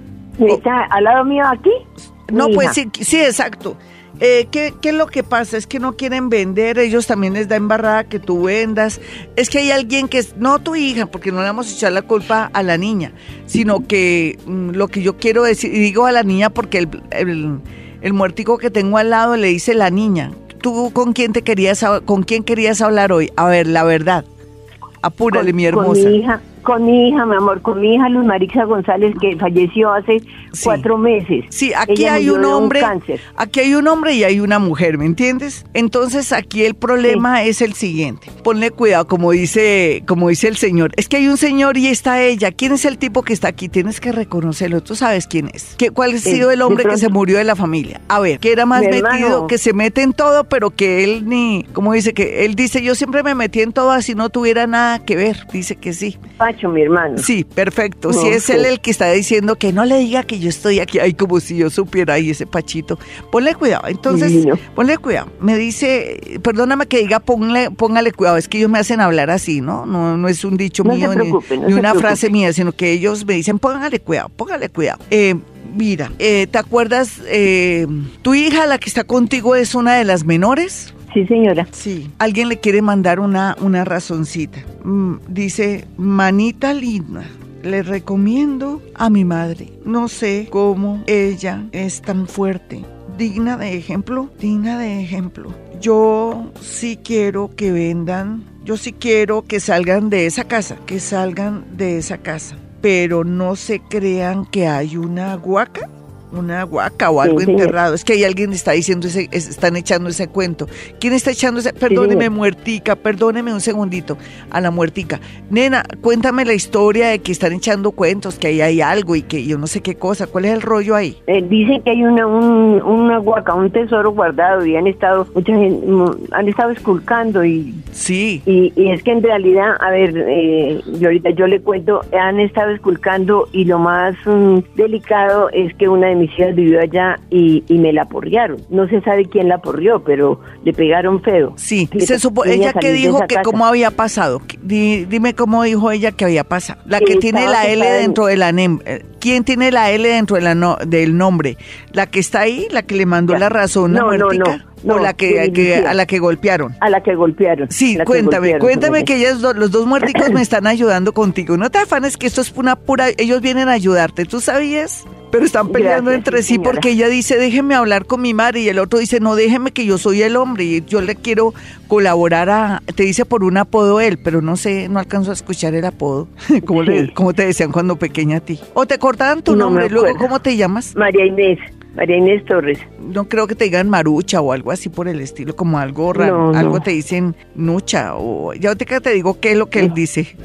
¿Está al lado mío aquí? No, Mi pues hija. sí, sí, exacto. Eh, ¿qué, ¿Qué es lo que pasa? Es que no quieren vender, ellos también les da embarrada que tú vendas. Es que hay alguien que es, no tu hija, porque no le vamos a echar la culpa a la niña, sino que mm, lo que yo quiero decir, y digo a la niña porque el, el, el muertico que tengo al lado le dice la niña. ¿Tú con quién te querías, con quién querías hablar hoy? A ver, la verdad. Apúrale, con, mi hermosa. Con mi hija, con mi hija, mi amor, con mi hija Luz Marixa González, que falleció hace sí. cuatro meses. Sí, aquí Ella hay un hombre, un cáncer. aquí hay un hombre y hay una mujer, ¿me entiendes? Entonces aquí el problema sí. es el siguiente. Ponle cuidado, como dice, como dice el señor. Es que hay un señor y está ella. ¿Quién es el tipo que está aquí? Tienes que reconocerlo. Tú sabes quién es. ¿Qué, ¿Cuál ha sido el hombre que se murió de la familia? A ver, que era más mi metido, hermano. que se mete en todo, pero que él ni, como dice, que él dice, yo siempre me metí en todo así no tuviera nada que ver. Dice que sí. Pacho, mi hermano. Sí, perfecto. No, si es sí. él el que está diciendo que no le diga que yo estoy aquí, ay, como si yo supiera, ahí ese Pachito. Ponle cuidado. Entonces, Divino. ponle cuidado. Me dice, perdóname que diga, ponle, póngale cuidado. Es que ellos me hacen hablar así, ¿no? No, no es un dicho no mío se preocupe, ni, no ni se una preocupe. frase mía, sino que ellos me dicen, póngale cuidado, póngale cuidado. Eh, mira, eh, ¿te acuerdas? Eh, ¿Tu hija, la que está contigo, es una de las menores? Sí, señora. Sí. Alguien le quiere mandar una, una razoncita. Mm, dice, manita linda, le recomiendo a mi madre. No sé cómo ella es tan fuerte. Digna de ejemplo, digna de ejemplo. Yo sí quiero que vendan, yo sí quiero que salgan de esa casa, que salgan de esa casa. Pero no se crean que hay una huaca. Una huaca o algo sí, enterrado. Es que hay alguien que está diciendo, ese, es, están echando ese cuento. ¿Quién está echando ese? Perdóneme, sí, muertica, perdóneme un segundito a la muertica. Nena, cuéntame la historia de que están echando cuentos, que ahí hay algo y que yo no sé qué cosa. ¿Cuál es el rollo ahí? Eh, dicen que hay una, un, una huaca, un tesoro guardado y han estado, mucha gente, han estado esculcando y... Sí. Y, y es que en realidad, a ver, eh, yo ahorita yo le cuento, han estado esculcando y lo más um, delicado es que una de mis hijas vivió allá y, y me la porrearon. No se sabe quién la porrió, pero le pegaron feo. Sí, se supo, ella que dijo que casa. Cómo había pasado. Di, dime cómo dijo ella que había pasado. La que, que tiene la L dentro de la N E M. ¿Quién tiene la L dentro de la no, del nombre? ¿La que está ahí? ¿La que le mandó ya. la razón? ¿Una no, muertica? No, no. No, o la que, que a la que golpearon. A la que golpearon. Sí, cuéntame, que golpearon, cuéntame que ellas los dos muerticos me están ayudando contigo. No te afanes que esto es una pura, ellos vienen a ayudarte, ¿tú sabías? Pero están peleando Gracias, entre sí, señora. Porque ella dice, déjeme hablar con mi madre, y el otro dice, no, déjeme que yo soy el hombre y yo le quiero colaborar a, te dice por un apodo él, pero no sé, no alcanzo a escuchar el apodo. ¿Cómo, sí. le, ¿Cómo te decían cuando pequeña a ti? O te cortaban tu no nombre, luego, ¿cómo te llamas? María Inés. María Inés Torres. No creo que te digan Marucha o algo así por el estilo, como algo raro. No, algo no. te dicen Nucha o ya te, te digo qué es lo que él dice.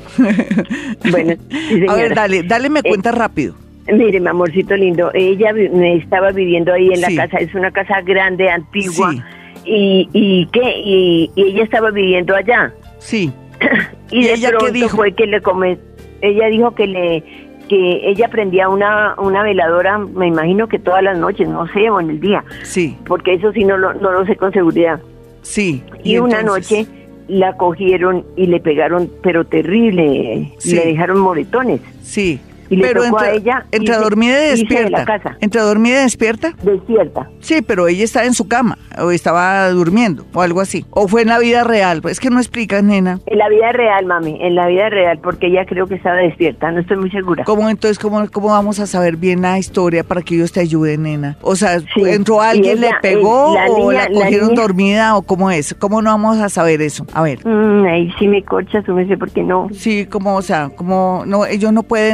Bueno, sí, a ver, dale, dale, me cuenta eh, rápido. Mire, mi amorcito lindo, ella estaba viviendo ahí en la sí. casa, es una casa grande, antigua, sí. y, y ¿qué? Y, y ella estaba viviendo allá. Sí. y, ¿Y de ella pronto qué dijo? Fue que le come, ella dijo que le que ella prendía una una veladora, me imagino que todas las noches, no sé, o en el día. Sí. Porque eso sí no lo, no lo sé con seguridad. Sí. Y, y una noche la cogieron y le pegaron, pero terrible, sí. le dejaron moretones. Sí. Y le pero tocó entre, a ella entre irse, dormida y despierta. De la casa. ¿Entre dormida y despierta? Despierta. Sí, pero ella estaba en su cama, o estaba durmiendo, o algo así. O fue en la vida real. Es que no explicas, nena. En la vida real, mami, en la vida real, porque ella creo que estaba despierta, no estoy muy segura. ¿Cómo entonces, cómo, cómo vamos a saber bien la historia para que ellos te ayuden, nena? O sea, sí. ¿entró alguien, ella, le pegó, la o niña, la cogieron la niña... dormida, o cómo es? ¿Cómo no vamos a saber eso? A ver. Mm, ahí sí me corchas, no sé por qué no. Sí, como, o sea, como, no, ellos no pueden de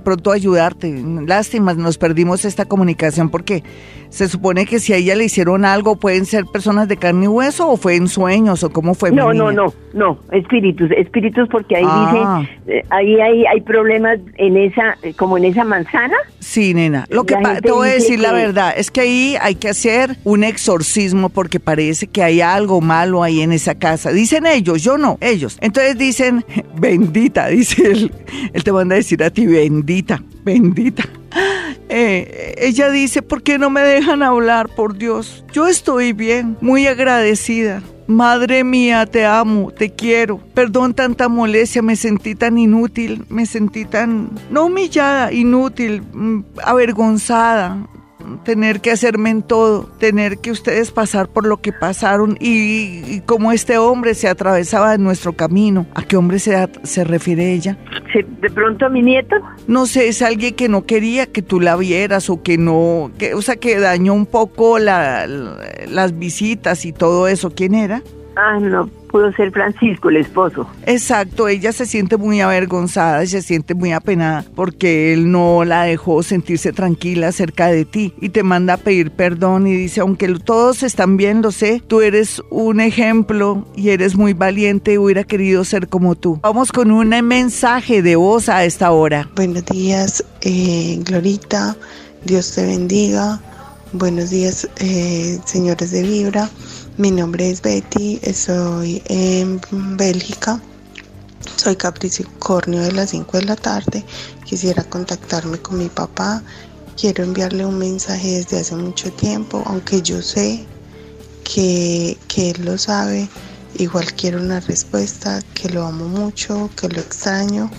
pronto ayudarte. Lástima, nos perdimos esta comunicación porque se supone que si a ella le hicieron algo, ¿pueden ser personas de carne y hueso o fue en sueños o cómo fue? No, no, no, no, espíritus, espíritus porque ahí ah. dice, eh, ahí hay, hay problemas en esa, como en esa manzana. Sí, nena, lo que pa- te voy a decir que... la verdad, es que ahí hay que hacer un exorcismo porque parece que hay algo malo ahí en esa casa. Dicen ellos, yo no, ellos. Entonces dicen, bendita, dice él, él te manda a decir a ti, bendita, bendita. Eh, ella dice, ¿por qué no me dejan hablar, por Dios? Yo estoy bien, muy agradecida. Madre mía, te amo, te quiero. Perdón tanta molestia, me sentí tan inútil, me sentí tan, no humillada, inútil, avergonzada. Tener que hacerme en todo, tener que ustedes pasar por lo que pasaron y, y como este hombre se atravesaba en nuestro camino. ¿A qué hombre se, se refiere ella? ¿De pronto a mi nieto? No sé, es alguien que no quería que tú la vieras o que no, que, o sea, que dañó un poco la, la, las visitas y todo eso. ¿Quién era? Ah, no, pudo ser Francisco, el esposo. Exacto, ella se siente muy avergonzada y se siente muy apenada porque él no la dejó sentirse tranquila cerca de ti y te manda a pedir perdón y dice, aunque todos están viendo, sé, tú eres un ejemplo y eres muy valiente y hubiera querido ser como tú. Vamos con un mensaje de voz a esta hora. Buenos días, eh, Glorita, Dios te bendiga. Buenos días, eh, señores de Vibra. Mi nombre es Betty, estoy en Bélgica, soy Capricornio de las cinco de la tarde, quisiera contactarme con mi papá, quiero enviarle un mensaje desde hace mucho tiempo, aunque yo sé que, que él lo sabe, igual quiero una respuesta, que lo amo mucho, que lo extraño,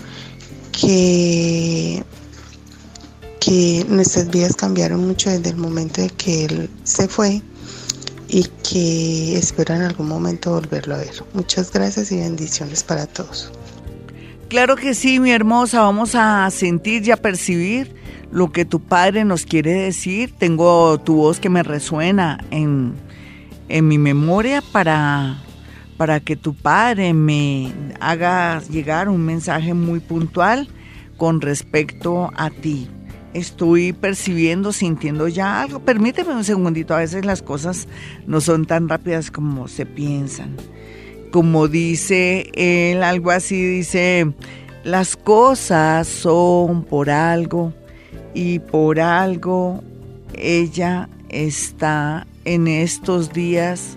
que, que nuestras vidas cambiaron mucho desde el momento de que él se fue. Y que espero en algún momento volverlo a ver. Muchas gracias y bendiciones para todos. Claro que sí, mi hermosa, vamos a sentir y a percibir lo que tu padre nos quiere decir. Tengo tu voz que me resuena en, en mi memoria para, para que tu padre me haga llegar un mensaje muy puntual con respecto a ti. Estoy percibiendo, sintiendo ya algo. Permíteme un segundito, a veces las cosas no son tan rápidas como se piensan. Como dice él, algo así, dice, las cosas son por algo y por algo ella está en estos días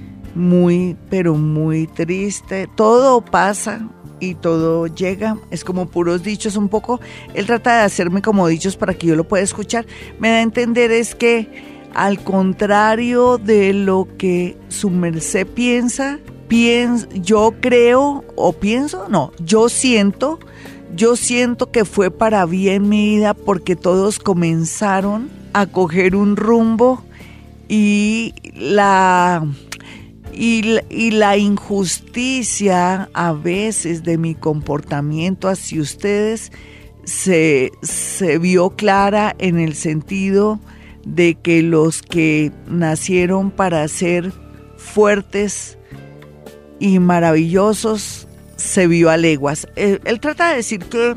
muy, pero muy triste. Todo pasa y todo llega, es como puros dichos un poco. Él trata de hacerme como dichos para que yo lo pueda escuchar. Me da a entender es que al contrario de lo que su merced piensa, pienso, yo creo o pienso, no, yo siento, yo siento que fue para bien mi vida porque todos comenzaron a coger un rumbo y la... Y, y la injusticia a veces de mi comportamiento hacia ustedes se, se vio clara en el sentido de que los que nacieron para ser fuertes y maravillosos se vio a leguas. Él, él trata de decir que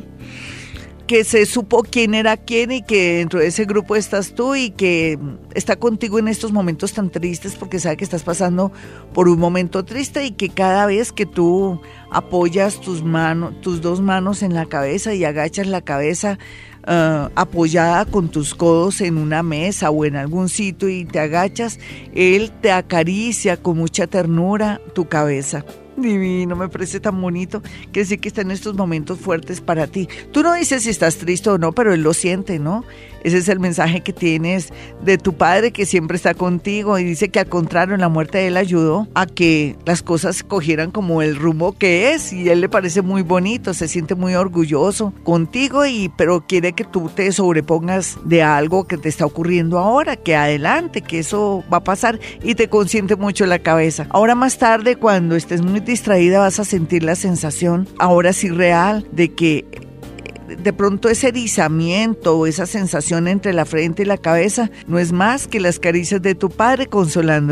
que se supo quién era quién y que dentro de ese grupo estás tú y que está contigo en estos momentos tan tristes porque sabe que estás pasando por un momento triste y que cada vez que tú apoyas tus manos, tus dos manos en la cabeza y agachas la cabeza uh, apoyada con tus codos en una mesa o en algún sitio y te agachas, él te acaricia con mucha ternura tu cabeza. Divino, me parece tan bonito que decir que está en estos momentos fuertes para ti. Tú no dices si estás triste o no, pero él lo siente, ¿no? Ese es el mensaje que tienes de tu padre que siempre está contigo y dice que al contrario en la muerte de él ayudó a que las cosas cogieran como el rumbo que es y él le parece muy bonito, se siente muy orgulloso contigo y pero quiere que tú te sobrepongas de algo que te está ocurriendo ahora, que adelante, que eso va a pasar y te consiente mucho la cabeza. Ahora más tarde cuando estés muy distraída vas a sentir la sensación, ahora sí real, de que de pronto ese erizamiento o esa sensación entre la frente y la cabeza no es más que las caricias de tu padre consolándote.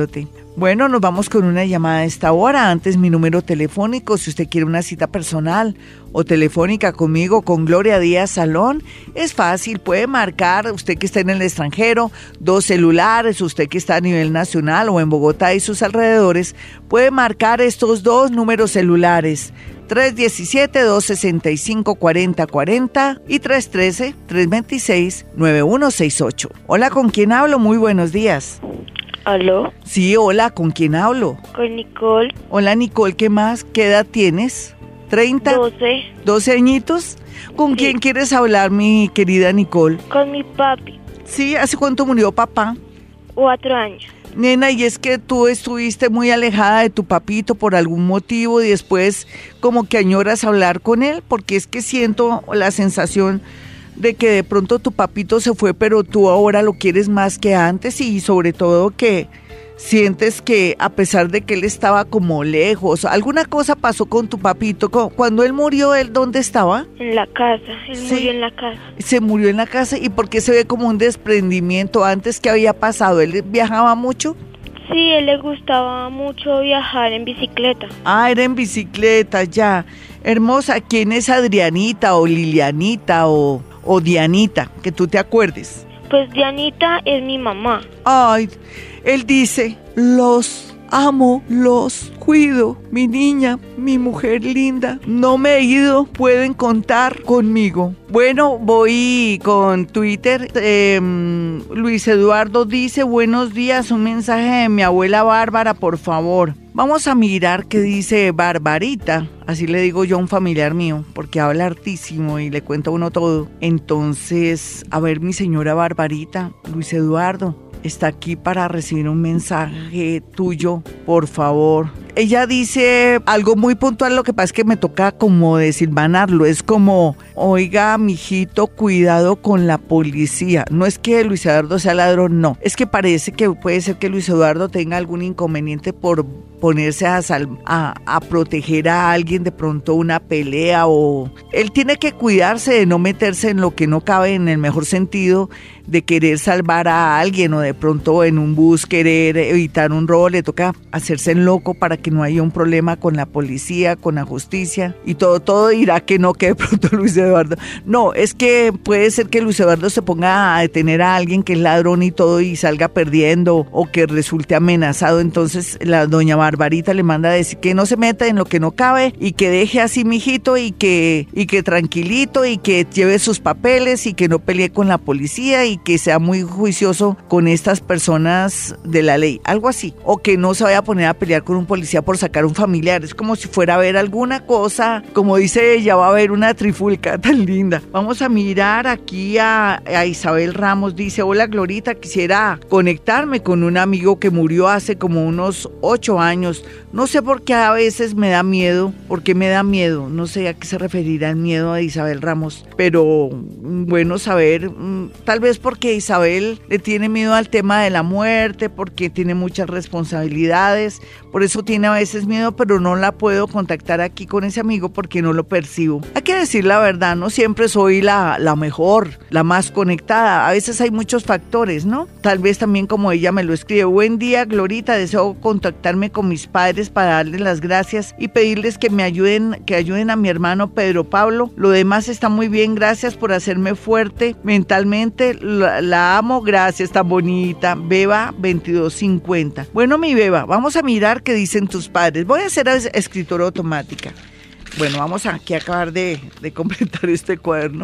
Bueno, nos vamos con una llamada a esta hora. Antes mi número telefónico, si usted quiere una cita personal o telefónica conmigo, con Gloria Díaz Salón, es fácil, puede marcar, usted que está en el extranjero, dos celulares, usted que está a nivel nacional o en Bogotá y sus alrededores, puede marcar estos dos números celulares, tres uno siete, dos seis cinco, cuatro cero cuatro cero y tres uno tres, tres dos seis, nueve uno seis ocho. Hola, ¿con quién hablo? Muy buenos días. ¿Aló? Sí, hola, ¿con quién hablo? Con Nicole. Hola, Nicole, ¿qué más? ¿Qué edad tienes? ¿treinta? doce. ¿doce añitos? ¿Con Sí. quién quieres hablar, mi querida Nicole? Con mi papi. Sí, ¿hace cuánto murió papá? Cuatro años. Nena, y es que tú estuviste muy alejada de tu papito por algún motivo y después como que añoras hablar con él, porque es que siento la sensación de que de pronto tu papito se fue, pero tú ahora lo quieres más que antes y sobre todo que sientes que a pesar de que él estaba como lejos, alguna cosa pasó con tu papito. Cuando él murió, ¿él dónde estaba? En la casa. Él Sí. murió en la casa. Se murió en la casa. ¿Y por qué se ve como un desprendimiento? Antes, ¿qué había pasado? ¿Él viajaba mucho? Sí, a él le gustaba mucho viajar en bicicleta. Ah, era en bicicleta, ya. Hermosa, ¿quién es Adrianita o Lilianita o, o Dianita? Que tú te acuerdes. Pues Dianita es mi mamá. Ay, él dice, los amo, los cuido, mi niña, mi mujer linda. No me he ido, pueden contar conmigo. Bueno, voy con Twitter. Eh, Luis Eduardo dice, buenos días, un mensaje de mi abuela Bárbara, por favor. Vamos a mirar qué dice Barbarita, así le digo yo a un familiar mío, porque habla hartísimo y le cuenta a uno todo. Entonces, a ver, mi señora Barbarita, Luis Eduardo está aquí para recibir un mensaje tuyo, por favor. Ella dice algo muy puntual, lo que pasa es que me toca como desilvanarlo, es como, oiga, mijito, cuidado con la policía. No es que Luis Eduardo sea ladrón, no, es que parece que puede ser que Luis Eduardo tenga algún inconveniente por ponerse a, sal- a, a proteger a alguien, de pronto una pelea, o él tiene que cuidarse de no meterse en lo que no cabe, en el mejor sentido, de querer salvar a alguien, o de pronto en un bus querer evitar un robo. Le toca hacerse el loco para que no haya un problema con la policía, con la justicia, y todo, todo dirá que no, que de pronto Luis Eduardo. No, es que puede ser que Luis Eduardo se ponga a detener a alguien que es ladrón y todo y salga perdiendo, o que resulte amenazado. Entonces la doña Barbarita le manda a decir que no se meta en lo que no cabe y que deje así, mijito, y que, y que tranquilito, y que lleve sus papeles y que no pelee con la policía y que sea muy juicioso con estas personas de la ley, algo así, o que no se vaya a poner a pelear con un policía por sacar un familiar. Es como si fuera a ver alguna cosa, como dice ella, va a haber una trifulca tan linda. Vamos a mirar aquí a, a Isabel Ramos, dice, hola Glorita, quisiera conectarme con un amigo que murió hace como unos ocho años, no sé por qué a veces me da miedo, ¿por qué me da miedo? No sé a qué se referirá el miedo de Isabel Ramos, pero bueno saber, tal vez porque Isabel le tiene miedo al tema de la muerte, porque tiene muchas responsabilidades, por eso tiene a veces miedo, pero no la puedo contactar aquí con ese amigo porque no lo percibo. Hay que decir la verdad, no siempre soy la, la mejor, la más conectada, a veces hay muchos factores, ¿no? Tal vez también como ella me lo escribe, buen día Glorita, deseo contactarme con mis padres para darles las gracias y pedirles que me ayuden, que ayuden a mi hermano Pedro Pablo, lo demás está muy bien, gracias por hacerme fuerte mentalmente, la, la amo, gracias, tan bonita, Beba veintidós cincuenta. Bueno, mi Beba, vamos a mirar qué dicen tus padres. Voy a ser escritora automática. Bueno, vamos aquí a acabar de, de completar este cuaderno.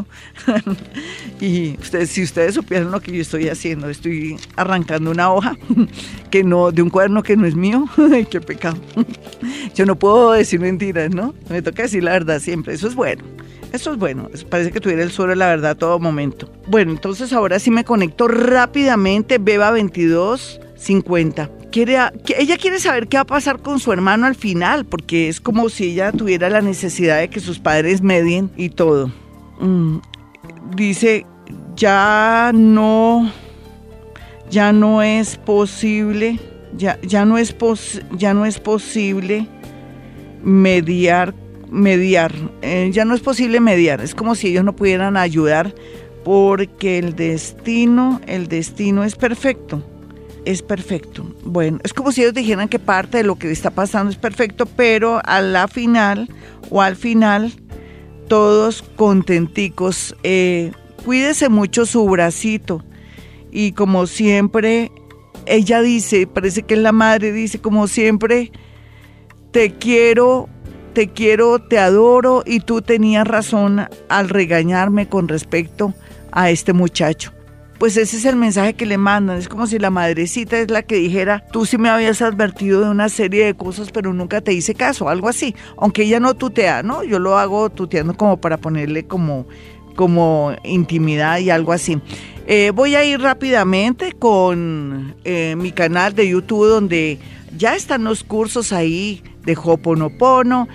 Y ustedes, si ustedes supieran lo que yo estoy haciendo, estoy arrancando una hoja que no, de un cuaderno que no es mío. Ay, qué pecado. Yo no puedo decir mentiras, ¿no? Me toca decir la verdad siempre. Eso es bueno. Eso es bueno, parece que tuviera el suelo de la verdad a todo momento. Bueno, entonces ahora sí me conecto rápidamente, Beba veintidós cincuenta. Quiere, ella quiere saber qué va a pasar con su hermano al final, porque es como si ella tuviera la necesidad de que sus padres medien y todo. Mm, dice, ya no, ya no es posible, ya, ya no es pos, ya no es posible mediar mediar, eh, ya no es posible mediar, es como si ellos no pudieran ayudar porque el destino, el destino es perfecto, es perfecto. Bueno, es como si ellos dijeran que parte de lo que le está pasando es perfecto, pero a la final o al final todos contenticos. Eh, cuídese mucho su bracito y como siempre, ella dice, parece que es la madre, dice como siempre, te quiero, te quiero, te adoro y tú tenías razón al regañarme con respecto a este muchacho. Pues ese es el mensaje que le mandan, es como si la madrecita es la que dijera, tú sí me habías advertido de una serie de cosas, pero nunca te hice caso, algo así, aunque ella no tutea, ¿no? Yo lo hago tuteando como para ponerle como, como intimidad y algo así. Eh, voy a ir rápidamente con eh, mi canal de YouTube, donde ya están los cursos ahí de Ho'oponopono,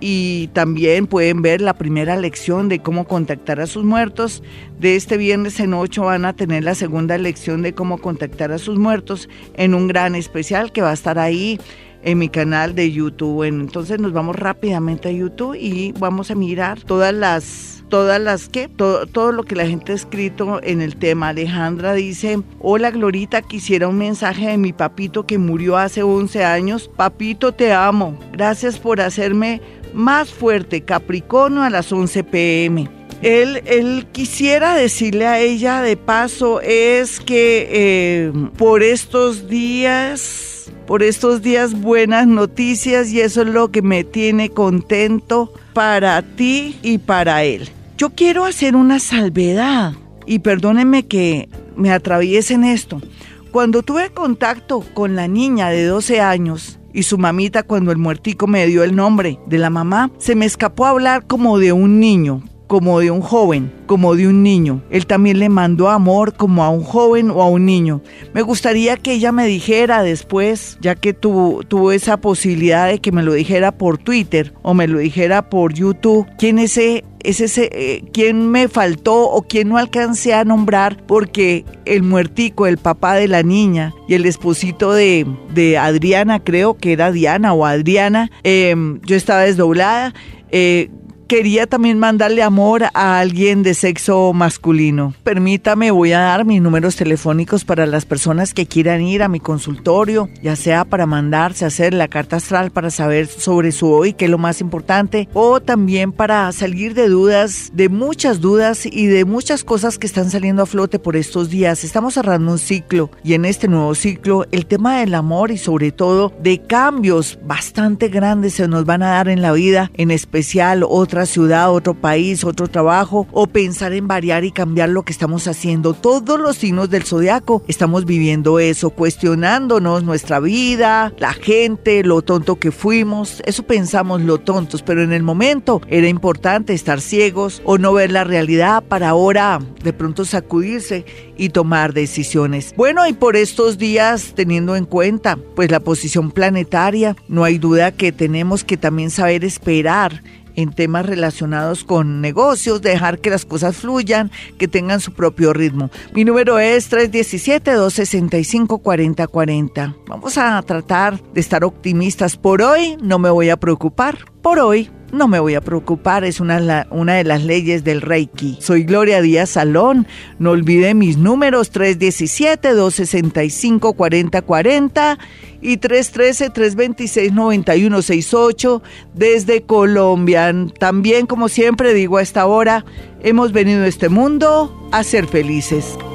y también pueden ver la primera lección de cómo contactar a sus muertos. De este viernes en ocho van a tener la segunda lección de cómo contactar a sus muertos en un gran especial que va a estar ahí en mi canal de YouTube. Bueno, entonces nos vamos rápidamente a YouTube y vamos a mirar todas las todas las que todo, todo lo que la gente ha escrito en el tema. Alejandra dice: hola Glorita, quisiera un mensaje de mi papito que murió hace once años. Papito, te amo, gracias por hacerme más fuerte. Capricornio a las once pe eme. Él, él quisiera decirle a ella de paso es que eh, por estos días, por estos días buenas noticias, y eso es lo que me tiene contento para ti y para él. Yo quiero hacer una salvedad y perdónenme que me atraviesen esto. Cuando tuve contacto con la niña de doce años y su mamita, cuando el muertico me dio el nombre de la mamá, se me escapó a hablar como de un niño, como de un joven, como de un niño. Él también le mandó amor como a un joven o a un niño. Me gustaría que ella me dijera después, ya que tuvo, tuvo esa posibilidad de que me lo dijera por Twitter o me lo dijera por YouTube, quién es ese, es ese eh, quién me faltó o quién no alcancé a nombrar, porque el muertico, el papá de la niña y el esposito de, de Adriana, creo que era Diana o Adriana, eh, yo estaba desdoblada, eh, quería también mandarle amor a alguien de sexo masculino. Permítame, voy a dar mis números telefónicos para las personas que quieran ir a mi consultorio, ya sea para mandarse a hacer la carta astral para saber sobre su hoy, que es lo más importante, o también para salir de dudas, de muchas dudas y de muchas cosas que están saliendo a flote por estos días. Estamos cerrando un ciclo y en este nuevo ciclo el tema del amor y sobre todo de cambios bastante grandes se nos van a dar en la vida, en especial otra ciudad, otro país, otro trabajo, o pensar en variar y cambiar lo que estamos haciendo. Todos los signos del zodiaco estamos viviendo eso, cuestionándonos nuestra vida, la gente, lo tonto que fuimos. Eso pensamos, lo tontos, pero en el momento era importante estar ciegos o no ver la realidad para ahora de pronto sacudirse y tomar decisiones. Bueno, y por estos días, teniendo en cuenta pues la posición planetaria, no hay duda que tenemos que también saber esperar en temas relacionados con negocios, dejar que las cosas fluyan, que tengan su propio ritmo. Mi número es tres uno siete, dos seis cinco, cuatro cero cuatro cero. Vamos a tratar de estar optimistas. Por hoy no me voy a preocupar. Por hoy no me voy a preocupar, es una, una de las leyes del Reiki. Soy Gloria Díaz Salón, no olvide mis números tres uno siete, dos seis cinco, cuatro cero cuatro cero y tres uno tres, tres dos seis, nueve uno seis ocho desde Colombia. También, como siempre digo a esta hora, hemos venido a este mundo a ser felices.